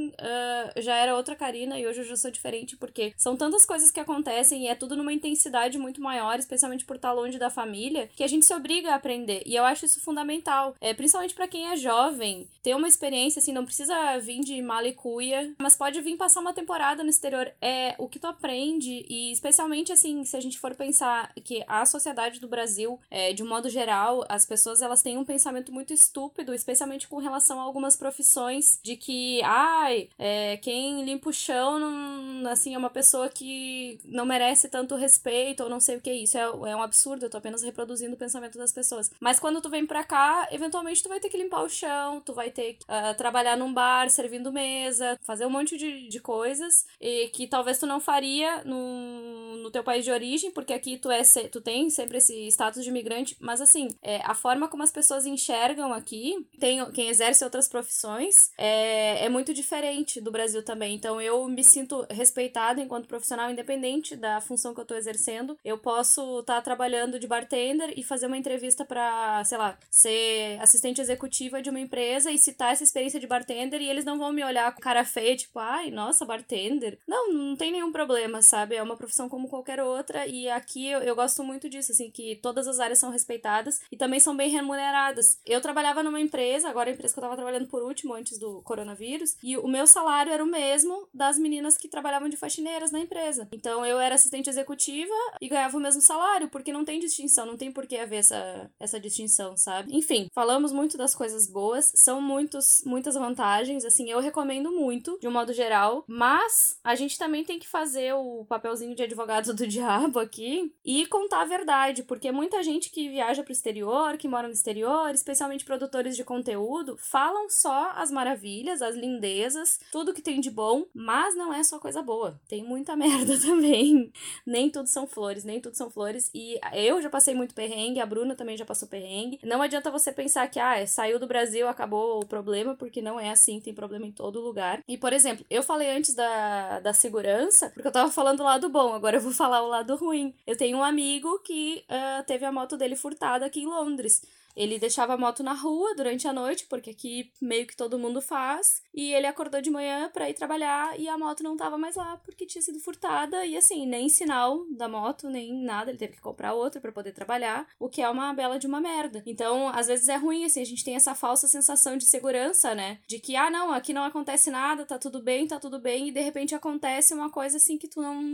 S1: uh, já era outra Karina e hoje eu já sou diferente, porque são tantas coisas que acontecem e é tudo numa intensidade muito maior, especialmente por estar longe da família, que a gente se obriga a aprender. E eu acho isso fundamental, é, principalmente pra quem é jovem, ter uma experiência, assim, não precisa vir de mala e cuia, mas pode vir passar uma temporada no exterior. É o que tu aprende, e especialmente, assim, se a gente for pensar que a sociedade do Brasil, é, de um modo geral, as pessoas, elas têm um pensamento muito estúpido, especialmente com relação a algumas profissões, de que, ai, é, quem limpa o chão, não, assim, é uma pessoa que não merece tanto respeito, ou não sei o que é isso. É, é um absurdo, eu tô apenas reproduzindo o pensamento das pessoas. Mas quando tu vem pra cá, eventualmente tu vai ter que limpar o chão, tu vai ter que uh, trabalhar num bar, servindo mesa, fazer um monte de, de coisas, e que talvez tu não faria no, no teu país de origem, porque aqui tu, é, tu tem sempre esse status de imigrante, mas assim, é, a forma como as pessoas enxergam aqui, tem, quem exerce outras profissões, é, é muito diferente do Brasil também. Então eu me sinto respeitada enquanto profissional, independente da função que eu tô exercendo. Eu posso estar tá trabalhando de bartender e fazer uma entrevista pra, sei lá, ser assistente executiva de uma empresa e citar essa experiência de bartender, e eles não vão me olhar com cara feia, tipo, ai, nossa, bartender. Não, não tem nenhum problema, sabe? É uma profissão como qualquer outra, e aqui eu, eu gosto muito disso, assim, que todas as áreas são respeitadas e também são bem remuneradas. Eu trabalhava numa empresa, agora a empresa que eu tava trabalhando por último, antes do coronavírus, e o meu salário era o mesmo das meninas que trabalhavam de faxineiras na empresa. Então eu era assistente executiva e ganhava o mesmo salário, porque não tem distinção, não tem por que haver essa, essa distinção, sabe? Enfim, falamos muito das coisas boas, são muitos, muitas vantagens, assim, eu recomendo muito, de um modo geral, mas a gente também tem que fazer o papelzinho de advogado do diabo aqui e contar a verdade, porque muita gente que viaja pro exterior, que mora no exterior, especialmente produtores de conteúdo, falam só as maravilhas, as lindezas, tudo que tem de bom, mas não é só coisa boa, tem muita merda também. Nem tudo são flores, nem tudo são flores, e eu já passei muito perrengue, a Bruna também já passou perrengue. Não adianta você pensar que, ah, saiu do Brasil, acabou o problema, porque não é assim, tem problema em todo lugar. E, por exemplo, eu falei antes da, da segurança, porque eu tava falando o lado bom, agora eu vou falar o lado ruim. Eu tenho um amigo que uh, teve a moto dele furtada aqui em Londres. Ele deixava a moto na rua durante a noite, porque aqui meio que todo mundo faz, e ele acordou de manhã pra ir trabalhar e a moto não tava mais lá porque tinha sido furtada, e assim, nem sinal da moto, nem nada, ele teve que comprar outra pra poder trabalhar, o que é uma bela de uma merda. Então, às vezes é ruim, assim, a gente tem essa falsa sensação de segurança, né, de que, ah, não, aqui não acontece nada, tá tudo bem, tá tudo bem, e de repente acontece uma coisa assim que tu não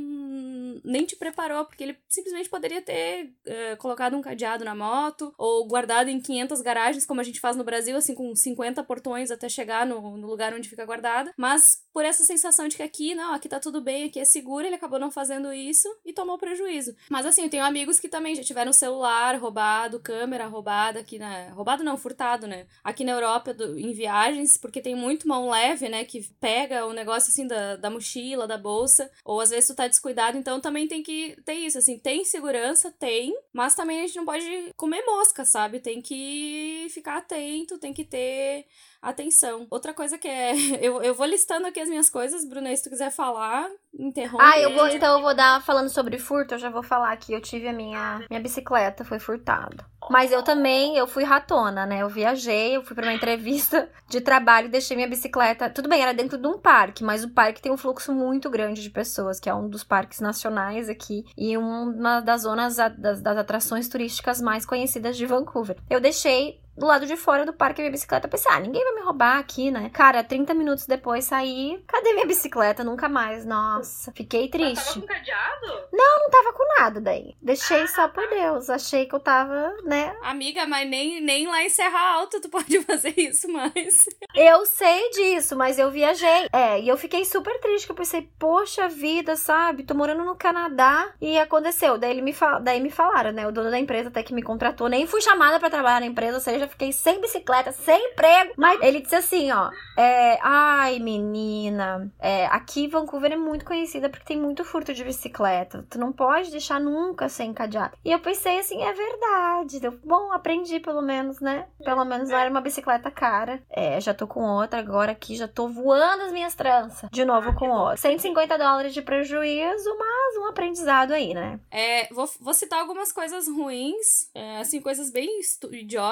S1: nem te preparou, porque ele simplesmente poderia ter uh, colocado um cadeado na moto, ou guardado em quinhentas garagens, como a gente faz no Brasil, assim, com cinquenta portões até chegar no, no lugar onde fica guardada, mas por essa sensação de que aqui, não, aqui tá tudo bem, aqui é seguro, ele acabou não fazendo isso e tomou prejuízo. Mas assim, eu tenho amigos que também já tiveram celular roubado, câmera roubada aqui na... roubado não, furtado, né? Aqui na Europa, do, em viagens, porque tem muito mão leve, né, que pega o negócio, assim, da, da mochila, da bolsa, ou às vezes tu tá descuidado, então também tem que ter isso, assim, tem segurança, tem, mas também a gente não pode comer mosca, sabe? Tem que ficar atento, tem que ter atenção. Outra coisa que é... Eu, eu vou listando aqui as minhas coisas, Bruna, se tu quiser falar, interrompe.
S2: Ah, eu vou, então eu vou dar, falando sobre furto, eu já vou falar que eu tive a minha, minha bicicleta, foi furtada. Mas eu também, eu fui ratona, né? Eu viajei, eu fui pra uma entrevista de trabalho e deixei minha bicicleta... Tudo bem, era dentro de um parque, mas o parque tem um fluxo muito grande de pessoas, que é um dos parques nacionais aqui e uma das zonas, das, das atrações turísticas mais conhecidas de Vancouver. Eu deixei do lado de fora do parque minha bicicleta. Eu pensei, ah, ninguém vai me roubar aqui, né? Cara, trinta minutos depois saí, cadê minha bicicleta? Nunca mais. Nossa, fiquei triste.
S3: Mas tava com cadeado?
S2: Não, não tava com nada daí. Deixei ah, só por Deus. Achei que eu tava, né?
S1: Amiga, mas nem, nem lá em Serra Alta tu pode fazer isso mais.
S2: Eu sei disso, mas eu viajei. É, e eu fiquei super triste, que eu pensei, poxa vida, sabe? Tô morando no Canadá e aconteceu. Daí, ele me fal... daí me falaram, né? O dono da empresa até que me contratou. Nem fui chamada pra trabalhar na empresa, ou seja, fiquei sem bicicleta, sem emprego. Mas ele disse assim, ó, é, ai, menina, é, aqui Vancouver é muito conhecida porque tem muito furto de bicicleta. Tu não pode deixar nunca sem cadeado. E eu pensei assim, é verdade. Eu, bom, aprendi pelo menos, né? Pelo menos não era uma bicicleta cara. É, já tô com outra agora aqui, já tô voando as minhas tranças. De novo com outra. cento e cinquenta dólares de prejuízo, mas um aprendizado aí, né?
S1: É, vou, vou citar algumas coisas ruins, é, assim, coisas bem idiotas mesmo.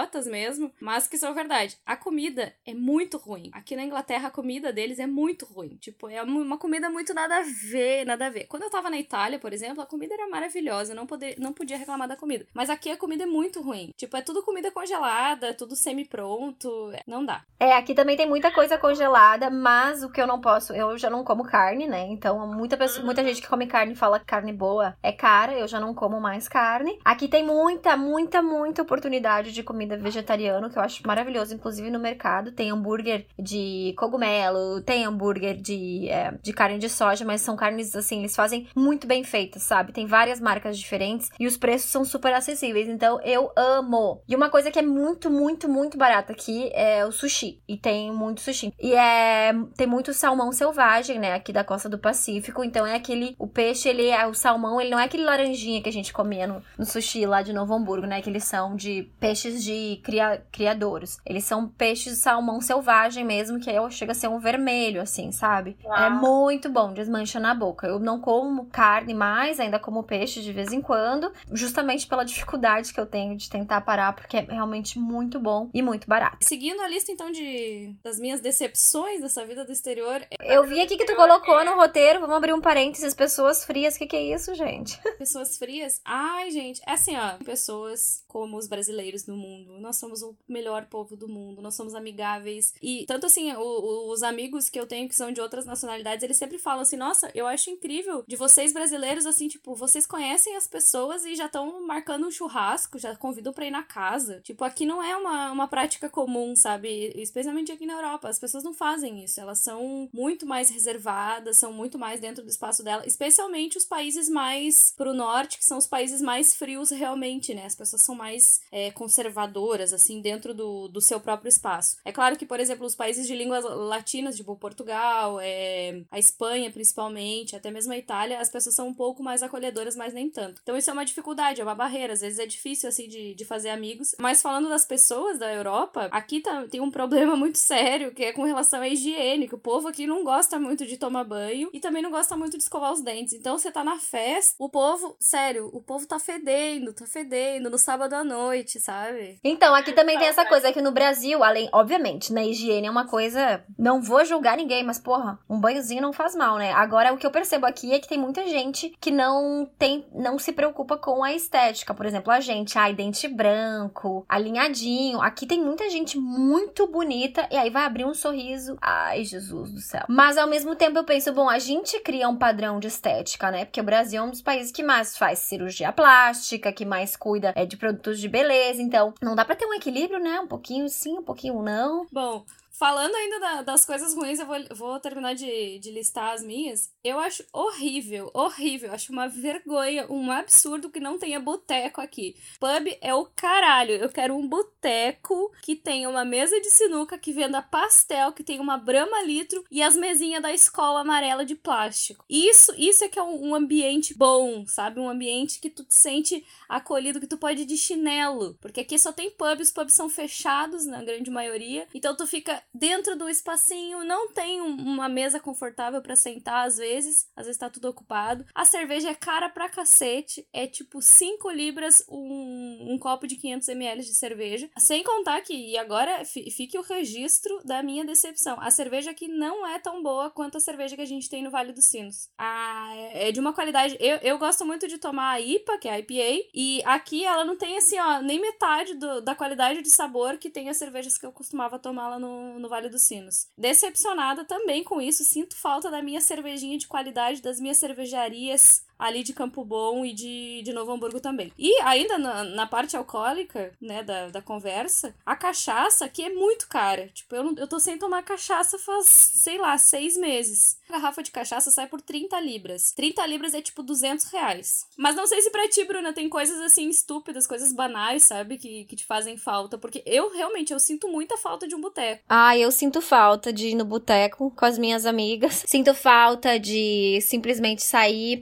S1: mesmo, mas que são verdade. A comida é muito ruim. Aqui na Inglaterra, a comida deles é muito ruim. Tipo, é uma comida muito nada a ver, nada a ver. Quando eu tava na Itália, por exemplo, a comida era maravilhosa, eu não, poder, não podia reclamar da comida. Mas aqui a comida é muito ruim. Tipo, é tudo comida congelada, é tudo semi-pronto, não dá.
S2: É, aqui também tem muita coisa congelada, mas o que eu não posso, eu já não como carne, né? Então, muita, pessoa, muita gente que come carne fala que carne boa é cara, eu já não como mais carne. Aqui tem muita, muita, muita oportunidade de comida vegetariana, que eu acho maravilhoso. Inclusive no mercado tem hambúrguer de cogumelo, tem hambúrguer de, é, de carne de soja, mas são carnes, assim, eles fazem muito bem feitas, sabe? Tem várias marcas diferentes e os preços são super acessíveis, então eu amo. E uma coisa que é muito, muito, muito barata aqui é o sushi. E tem muito sushi. E é, tem muito salmão selvagem, né? Aqui da costa do Pacífico. Então é aquele, o peixe, ele é, o salmão, ele não é aquele laranjinha que a gente comia no, no sushi lá de Novo Hamburgo, né? Que eles são de peixes de cria, criadouros. Eles são peixes de salmão selvagem mesmo, que aí chega a ser um vermelho, assim, sabe? Uau. É muito bom, desmancha na boca. Eu não como carne mais, ainda como peixe de vez em quando, justamente pela dificuldade que eu tenho de tentar parar, porque é realmente muito bom e muito barato.
S1: Seguindo a lista, então, de das minhas decepções dessa vida do exterior...
S2: Eu vi aqui que tu colocou no roteiro, vamos abrir um parênteses, pessoas frias. O que que é isso, gente?
S1: Pessoas frias? Ai, gente, é assim, ó, pessoas como os brasileiros no mundo, nós somos o melhor povo do mundo, nós somos amigáveis, e tanto assim, o, o, os amigos que eu tenho que são de outras nacionalidades, eles sempre falam assim, nossa, eu acho incrível de vocês brasileiros, assim, tipo, vocês conhecem as pessoas e já estão marcando um churrasco, já convidam pra ir na casa. Tipo, aqui não é uma, uma prática comum, sabe? Especialmente aqui na Europa, as pessoas não fazem isso, elas são muito mais reservadas, são muito mais dentro do espaço dela, especialmente os países mais pro norte, que são os países mais frios realmente, né? As pessoas são mais é, conservadoras, assim, dentro do, do seu próprio espaço. É claro que, por exemplo, os países de línguas latinas, tipo Portugal, é, a Espanha principalmente, até mesmo a Itália, as pessoas são um pouco mais acolhedoras, mas nem tanto. Então isso é uma dificuldade, é uma barreira, às vezes é difícil, assim, de, de fazer amigos. Mas falando das pessoas da Europa, aqui tá, tem um problema muito sério, que é com relação à higiene, que o povo aqui não gosta muito de tomar banho e também não gosta muito de escovar os dentes. Então você tá na festa, o povo, sério, o povo tá fedendo, tá fedendo no sábado à noite, sabe?
S2: Então, aqui também tem essa coisa, que no Brasil, além, obviamente, né, higiene é uma coisa, não vou julgar ninguém, mas porra, um banhozinho não faz mal, né? Agora, o que eu percebo aqui é que tem muita gente que não tem, não se preocupa com a estética. Por exemplo, a gente, ai, dente branco, alinhadinho. Aqui tem muita gente muito bonita e aí vai abrir um sorriso. Ai, Jesus do céu. Mas ao mesmo tempo eu penso, bom, a gente cria um padrão de estética, né? Porque o Brasil é um dos países que mais faz cirurgia plástica, que mais cuida é, de produtos de beleza. Então, não dá pra ter um equilíbrio, né? Um pouquinho sim, um pouquinho não.
S1: Bom, falando ainda da, das coisas ruins, eu vou, vou terminar de, de listar as minhas. Eu acho horrível, horrível. Acho uma vergonha, um absurdo que não tenha boteco aqui. Pub é o caralho. Eu quero um boteco que tenha uma mesa de sinuca, que venda pastel, que tenha uma Brahma litro e as mesinhas da escola amarela de plástico. Isso, isso é que é um, um ambiente bom, sabe? Um ambiente que tu te sente acolhido, que tu pode ir de chinelo. Porque aqui só tem pub, os pubs são fechados na grande maioria. Então tu fica dentro do espacinho, não tem um, uma mesa confortável pra sentar às vezes. Às vezes tá tudo ocupado. A cerveja é cara pra cacete. É tipo cinco libras um, um copo de quinhentos mililitros de cerveja. Sem contar que, e agora fique o registro da minha decepção, a cerveja aqui não é tão boa quanto a cerveja que a gente tem no Vale dos Sinos. Ah, é de uma qualidade... Eu, eu gosto muito de tomar a I P A, que é a I P A, e aqui ela não tem assim, ó, nem metade do, da qualidade de sabor que tem as cervejas que eu costumava tomar lá no, no Vale dos Sinos. Decepcionada também com isso, sinto falta da minha cervejinha de qualidade, das minhas cervejarias ali de Campo Bom e de, de Novo Hamburgo também. E ainda na, na parte alcoólica, né, da, da conversa, a cachaça aqui é muito cara. Tipo, eu, não, eu tô sem tomar cachaça faz, sei lá, seis meses. A garrafa de cachaça sai por trinta libras. trinta libras é tipo duzentos reais. Mas não sei se pra ti, Bruna, tem coisas assim estúpidas, coisas banais, sabe, que, que te fazem falta. Porque eu, realmente, eu sinto muita falta de um boteco.
S2: Ah, eu sinto falta de ir no boteco com as minhas amigas. Sinto falta de simplesmente sair e vê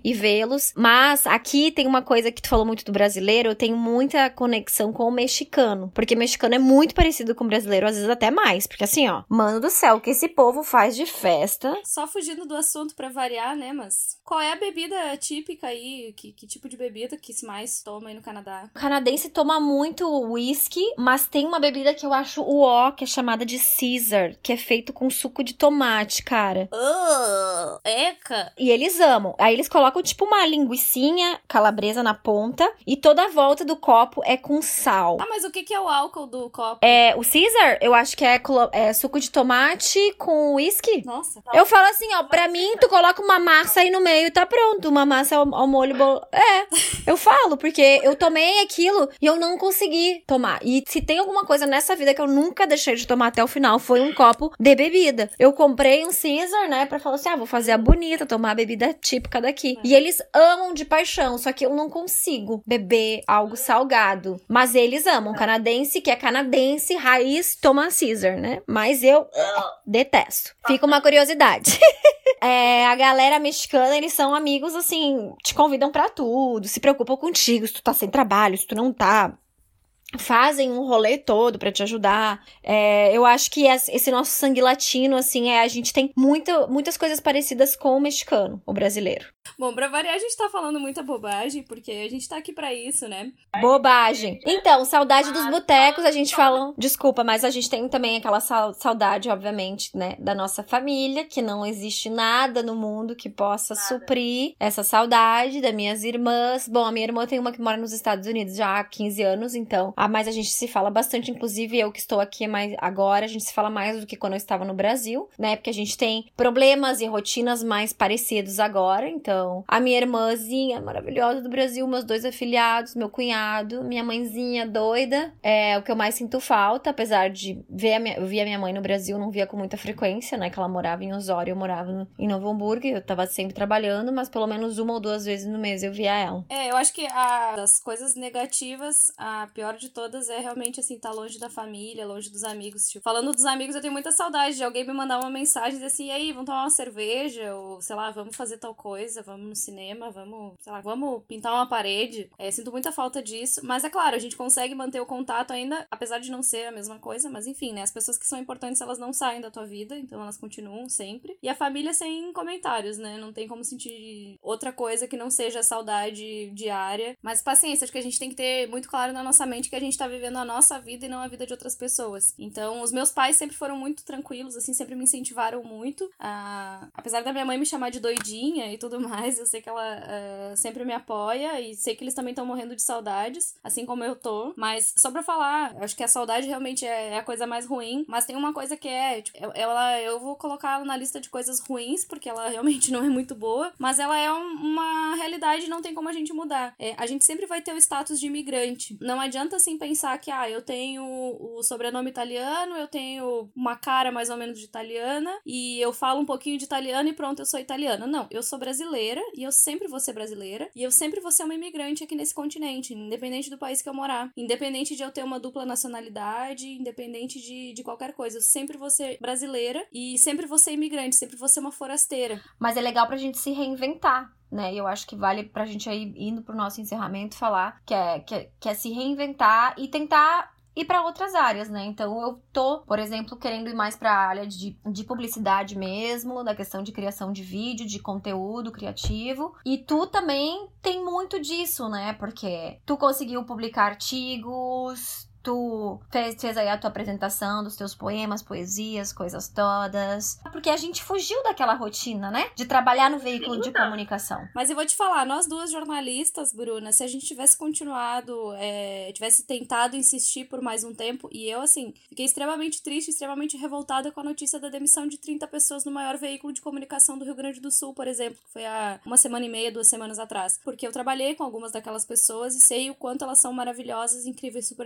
S2: modelos, mas aqui tem uma coisa que tu falou muito do brasileiro, eu tenho muita conexão com o mexicano, porque mexicano é muito parecido com o brasileiro, às vezes até mais, porque assim, ó, mano do céu, o que esse povo faz de festa.
S1: Só fugindo do assunto pra variar, né, mas qual é a bebida típica aí, que, que tipo de bebida que se mais toma aí no Canadá?
S2: O canadense toma muito whisky, mas tem uma bebida que eu acho o ó, que é chamada de Caesar, que é feito com suco de tomate, cara.
S1: Uh, eca!
S2: E eles amam. Aí eles colocam tipo uma linguicinha calabresa na ponta e toda a volta do copo é com sal.
S1: Ah, mas o que que é o álcool do copo?
S2: É, o Caesar, eu acho que é, clo- é suco de tomate com whisky.
S1: Nossa.
S2: Eu falo assim, ó, pra mim, tu coloca uma massa aí no meio e tá pronto. Uma massa ao, ao molho... Bo... É, eu falo, porque eu tomei aquilo e eu não consegui tomar. E se tem alguma coisa nessa vida que eu nunca deixei de tomar até o final, foi um copo de bebida. Eu comprei um Caesar, né, pra falar assim, ah, vou fazer a bonita, tomar a bebida típica daqui. E eles amam de paixão, só que eu não consigo beber algo salgado. Mas eles amam. Canadense, que é canadense, raiz, toma Caesar, né? Mas eu uh, detesto. Fica uma curiosidade. É, a galera mexicana, eles são amigos, assim, te convidam pra tudo, se preocupam contigo, se tu tá sem trabalho, se tu não tá. Fazem um rolê todo pra te ajudar. É, eu acho que esse nosso sangue latino, assim, é, a gente tem muito, muitas coisas parecidas com o mexicano, o brasileiro.
S1: Bom, pra variar, a gente tá falando muita bobagem, porque a gente tá aqui pra isso, né?
S2: Bobagem. Então, saudade dos botecos, a gente fala... Desculpa, mas a gente tem também aquela saudade, obviamente, né? Da nossa família, que não existe nada no mundo que possa nada. suprir essa saudade das minhas irmãs. Bom, a minha irmã tem uma que mora nos Estados Unidos já há quinze anos, então... Ah, mas a gente se fala bastante, inclusive eu que estou aqui mais agora, a gente se fala mais do que quando eu estava no Brasil, né? Porque a gente tem problemas e rotinas mais parecidos agora, então... A minha irmãzinha maravilhosa do Brasil, meus dois afilhados, meu cunhado, minha mãezinha doida, é o que eu mais sinto falta, apesar de ver a minha, eu via minha mãe no Brasil, não via com muita frequência, né? Que ela morava em Osório, eu morava no, em Novo Hamburgo, eu tava sempre trabalhando, mas pelo menos uma ou duas vezes no mês eu via ela.
S1: É, eu acho que a, das coisas negativas, a pior de todas é realmente, assim, estar tá longe da família, longe dos amigos. Tipo, falando dos amigos, eu tenho muita saudade de alguém me mandar uma mensagem e dizer assim, e aí, vamos tomar uma cerveja? Ou, sei lá, vamos fazer tal coisa, vamos no cinema, vamos, sei lá, vamos pintar uma parede. É, sinto muita falta disso. Mas é claro, a gente consegue manter o contato ainda, apesar de não ser a mesma coisa, mas enfim, né? As pessoas que são importantes, elas não saem da tua vida, então elas continuam sempre. E a família sem comentários, né? Não tem como sentir outra coisa que não seja a saudade diária. Mas paciência, acho que a gente tem que ter muito claro na nossa mente que a gente tá vivendo a nossa vida e não a vida de outras pessoas. Então, os meus pais sempre foram muito tranquilos, assim, sempre me incentivaram muito. Ah, apesar da minha mãe me chamar de doidinha e tudo mais, eu sei que ela uh, sempre me apoia e sei que eles também estão morrendo de saudades, assim como eu tô. Mas, só pra falar, eu acho que a saudade realmente é, é a coisa mais ruim, mas tem uma coisa que é, tipo, ela, eu vou colocar ela na lista de coisas ruins, porque ela realmente não é muito boa, mas ela é um, uma realidade e não tem como a gente mudar. É, a gente sempre vai ter o status de imigrante. Não adianta, assim, pensar que, ah, eu tenho o sobrenome italiano, eu tenho uma cara mais ou menos de italiana, e eu falo um pouquinho de italiano e pronto, eu sou italiana. Não, eu sou brasileira, e eu sempre vou ser brasileira, e eu sempre vou ser uma imigrante aqui nesse continente, independente do país que eu morar, independente de eu ter uma dupla nacionalidade, independente de, de qualquer coisa, eu sempre vou ser brasileira, e sempre vou ser imigrante, sempre vou ser uma forasteira.
S2: Mas é legal pra gente se reinventar, né? E eu acho que vale pra gente aí, indo pro nosso encerramento, falar que é, que é, que é se reinventar e tentar ir para outras áreas, né? Então eu tô, por exemplo, querendo ir mais para a área de, de publicidade mesmo, da questão de criação de vídeo, de conteúdo criativo. E tu também tem muito disso, né? Porque tu conseguiu publicar artigos, tu fez, fez aí a tua apresentação dos teus poemas, poesias, coisas todas. Porque a gente fugiu daquela rotina, né? De trabalhar no veículo de comunicação.
S1: Mas eu vou te falar, nós duas jornalistas, Bruna, se a gente tivesse continuado, é, tivesse tentado insistir por mais um tempo, e eu, assim, fiquei extremamente triste, extremamente revoltada com a notícia da demissão de trinta pessoas no maior veículo de comunicação do Rio Grande do Sul, por exemplo, que foi há uma semana e meia, duas semanas atrás. Porque eu trabalhei com algumas daquelas pessoas e sei o quanto elas são maravilhosas, incríveis, super dedicadas,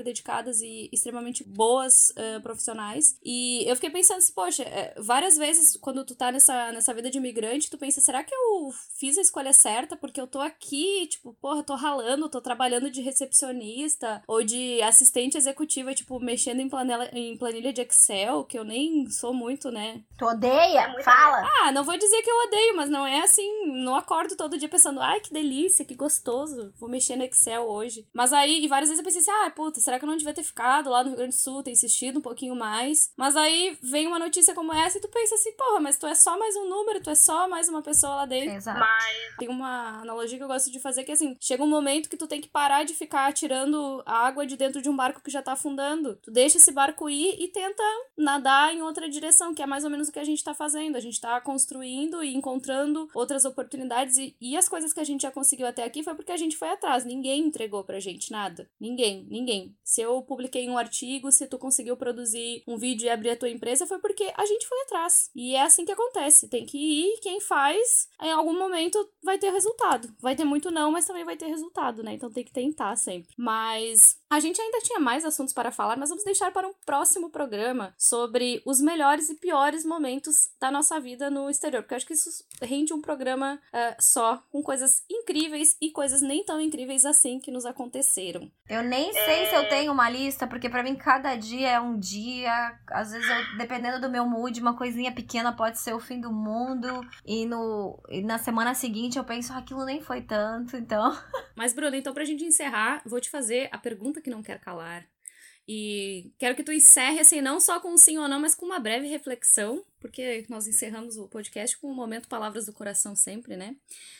S1: qualificadas e extremamente boas uh, profissionais. E eu fiquei pensando assim, poxa, é, várias vezes quando tu tá nessa, nessa vida de imigrante, tu pensa, será que eu fiz a escolha certa? Porque eu tô aqui, tipo, porra, tô ralando, tô trabalhando de recepcionista ou de assistente executiva, tipo, mexendo em planilha, em planilha de Excel, que eu nem sou muito, né?
S2: Tu odeia? Fala!
S1: Ah, não vou dizer que eu odeio, mas não é assim, não acordo todo dia pensando, ai, que delícia, que gostoso, vou mexer no Excel hoje. Mas aí, e várias vezes eu pensei assim, ah, puta, será que eu não devia ter ficado lá no Rio Grande do Sul, ter insistido um pouquinho mais? Mas aí vem uma notícia como essa e tu pensa assim, porra, mas tu é só mais um número, tu é só mais uma pessoa lá dentro.
S2: Exato.
S1: Mas tem uma analogia que eu gosto de fazer que, assim, chega um momento que tu tem que parar de ficar tirando água de dentro de um barco que já tá afundando. Tu deixa esse barco ir e tenta nadar em outra direção, que é mais ou menos o que a gente tá fazendo. A gente tá construindo e encontrando outras oportunidades e, e as coisas que a gente já conseguiu até aqui foi porque a gente foi atrás. Ninguém entregou pra gente nada. Ninguém, ninguém. Se eu publiquei um artigo, se tu conseguiu produzir um vídeo e abrir a tua empresa, foi porque a gente foi atrás. E é assim que acontece. Tem que ir, quem faz, em algum momento vai ter resultado. Vai ter muito não, mas também vai ter resultado, né? Então tem que tentar sempre. Mas a gente ainda tinha mais assuntos para falar, mas vamos deixar para um próximo programa sobre os melhores e piores momentos da nossa vida no exterior, porque eu acho que isso rende um programa uh, só, com coisas incríveis e coisas nem tão incríveis assim que nos aconteceram.
S2: Eu nem sei é... se eu tenho uma lista, porque pra mim cada dia é um dia, às vezes eu, dependendo do meu mood, uma coisinha pequena pode ser o fim do mundo, e, no, e na semana seguinte eu penso, ah, aquilo nem foi tanto, então...
S1: Mas, Bruna, então pra gente encerrar, vou te fazer a pergunta que não quer calar. E quero que tu encerre, assim, não só com um sim ou não, mas com uma breve reflexão, porque nós encerramos o podcast com o momento Palavras do Coração sempre, né?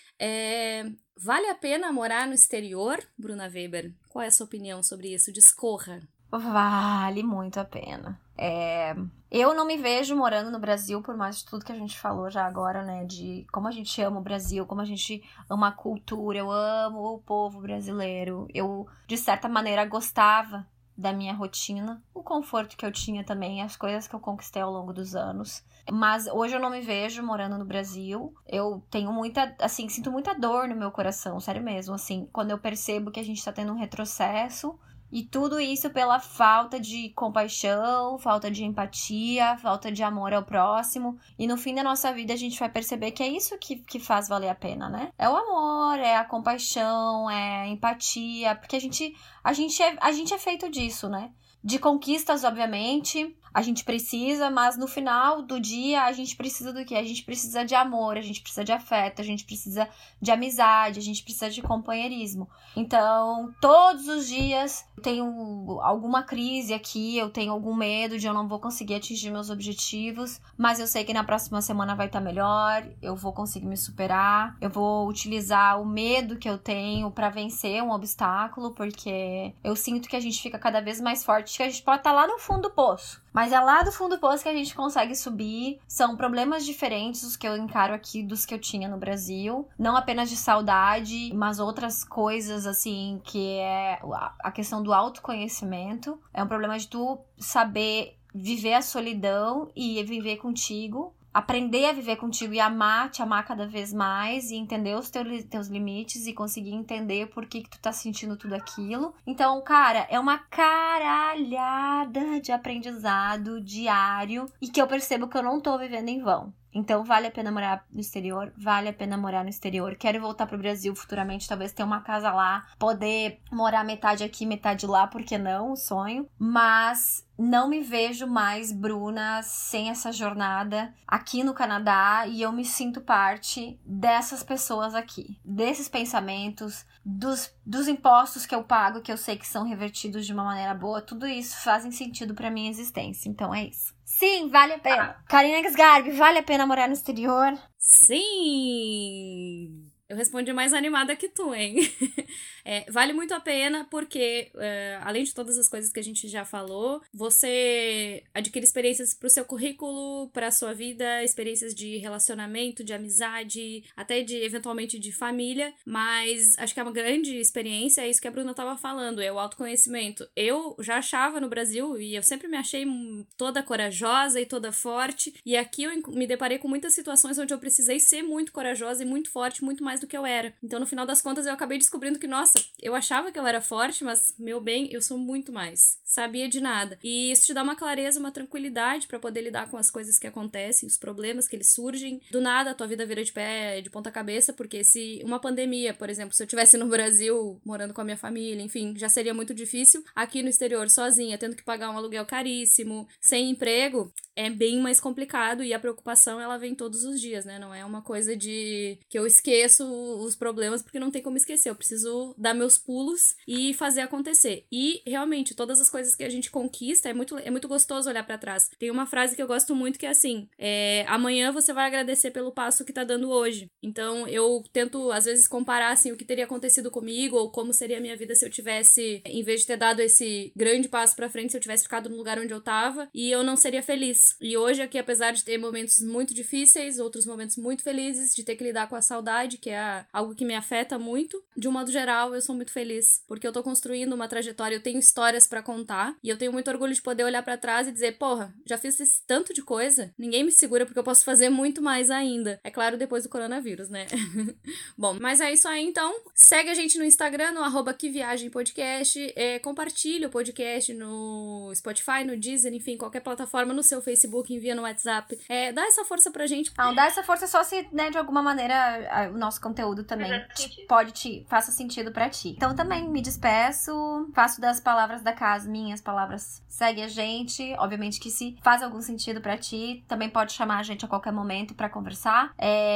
S1: É, vale a pena morar no exterior, Bruna Weber? Qual é a sua opinião sobre isso? Discorra.
S2: Vale muito a pena. É, eu não me vejo morando no Brasil, por mais de tudo que a gente falou já agora, né? De como a gente ama o Brasil, como a gente ama a cultura, eu amo o povo brasileiro. Eu, de certa maneira, gostava da minha rotina, o conforto que eu tinha também, as coisas que eu conquistei ao longo dos anos. Mas hoje eu não me vejo morando no Brasil. Eu tenho muita, assim, sinto muita dor no meu coração, sério mesmo, assim, quando eu percebo que a gente tá tendo um retrocesso. E tudo isso pela falta de compaixão, falta de empatia, falta de amor ao próximo. E no fim da nossa vida a gente vai perceber que é isso que, que faz valer a pena, né? É o amor, é a compaixão, é a empatia. Porque a gente, a gente, é, a gente é feito disso, né? De conquistas, obviamente, a gente precisa, mas no final do dia a gente precisa do quê? A gente precisa de amor, a gente precisa de afeto, a gente precisa de amizade, a gente precisa de companheirismo. Então, todos os dias eu tenho alguma crise aqui, eu tenho algum medo de eu não vou conseguir atingir meus objetivos, mas eu sei que na próxima semana vai estar melhor, eu vou conseguir me superar, eu vou utilizar o medo que eu tenho para vencer um obstáculo, porque eu sinto que a gente fica cada vez mais forte, que a gente pode estar lá no fundo do poço. Mas é lá do fundo do poço que a gente consegue subir. São problemas diferentes os que eu encaro aqui dos que eu tinha no Brasil. Não apenas de saudade, mas outras coisas, assim, que é a questão do autoconhecimento. É um problema de tu saber viver a solidão e viver contigo. Aprender a viver contigo e amar, te amar cada vez mais e entender os teus, teus limites e conseguir entender por que, que tu tá sentindo tudo aquilo. Então, cara, é uma caralhada de aprendizado diário e que eu percebo que eu não tô vivendo em vão. Então, vale a pena morar no exterior, vale a pena morar no exterior. Quero voltar pro Brasil futuramente, talvez ter uma casa lá, poder morar metade aqui, metade lá, por que não? Um sonho. Mas não me vejo mais, Bruna, sem essa jornada aqui no Canadá e eu me sinto parte dessas pessoas aqui, desses pensamentos, dos, dos impostos que eu pago, que eu sei que são revertidos de uma maneira boa, tudo isso fazem sentido pra minha existência. Então, é isso. Sim, vale a pena. Ah. Karina Exgarbi, vale a pena morar no exterior?
S1: Sim! Eu respondi mais animada que tu, hein? É, vale muito a pena porque, é, além de todas as coisas que a gente já falou, você adquire experiências pro seu currículo, pra sua vida, experiências de relacionamento, de amizade, até de, eventualmente, de família, mas acho que é uma grande experiência, é isso que a Bruna tava falando, é o autoconhecimento. Eu já achava no Brasil, e eu sempre me achei toda corajosa e toda forte, e aqui eu me deparei com muitas situações onde eu precisei ser muito corajosa e muito forte, muito mais mais do que eu era. Então, no final das contas, eu acabei descobrindo que, nossa, eu achava que eu era forte, mas, meu bem, eu sou muito mais. Sabia de nada. E isso te dá uma clareza, uma tranquilidade pra poder lidar com as coisas que acontecem, os problemas que eles surgem. Do nada, a tua vida vira de pé, de ponta cabeça, porque se uma pandemia, por exemplo, se eu estivesse no Brasil, morando com a minha família, enfim, já seria muito difícil. Aqui no exterior, sozinha, tendo que pagar um aluguel caríssimo, sem emprego, é bem mais complicado e a preocupação, ela vem todos os dias, né? Não é uma coisa de que eu esqueço os problemas porque não tem como esquecer. Eu preciso dar meus pulos e fazer acontecer. E, realmente, todas as coisas que a gente conquista, é muito, é muito gostoso olhar pra trás. Tem uma frase que eu gosto muito que é assim, é, amanhã você vai agradecer pelo passo que tá dando hoje. Então, eu tento, às vezes, comparar, assim, o que teria acontecido comigo ou como seria a minha vida se eu tivesse, em vez de ter dado esse grande passo pra frente, se eu tivesse ficado no lugar onde eu tava e eu não seria feliz. E hoje aqui, apesar de ter momentos muito difíceis, outros momentos muito felizes, de ter que lidar com a saudade, que é algo que me afeta muito, de um modo geral, eu sou muito feliz, porque eu tô construindo uma trajetória, eu tenho histórias pra contar, e eu tenho muito orgulho de poder olhar pra trás e dizer, porra, já fiz esse tanto de coisa, ninguém me segura porque eu posso fazer muito mais ainda. É claro, depois do coronavírus, né? Bom, mas é isso aí, então. Segue a gente no Instagram, no arroba Que Viagem Podcast, é, compartilha o podcast no Spotify, no Deezer, enfim, qualquer plataforma, no seu Facebook, envia no WhatsApp. É, dá essa força pra gente.
S2: Não, dá essa força só se, né, de alguma maneira, o nosso conteúdo também te, pode te, faça sentido pra ti. Então também me despeço, faço das palavras da casa minhas palavras. Segue a gente, obviamente que se faz algum sentido pra ti, também pode chamar a gente a qualquer momento pra conversar.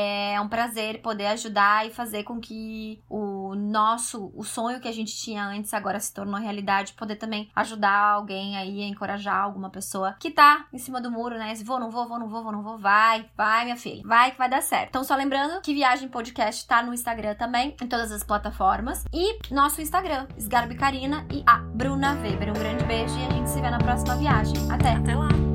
S2: É um prazer poder ajudar e fazer com que o nosso, o sonho que a gente tinha antes agora se tornou realidade, poder também ajudar alguém aí a encorajar alguma pessoa que tá em cima do muro, né? Se vou, não vou, vou, não vou, vou, não vou, vai, vai, minha filha, vai que vai dar certo. Então, só lembrando que Viagem Podcast tá no Instagram também, em todas as plataformas, e nosso Instagram, Sgarbi Karina e a Bruna Weber. Um grande beijo e a gente se vê na próxima viagem. Até!
S1: Até lá!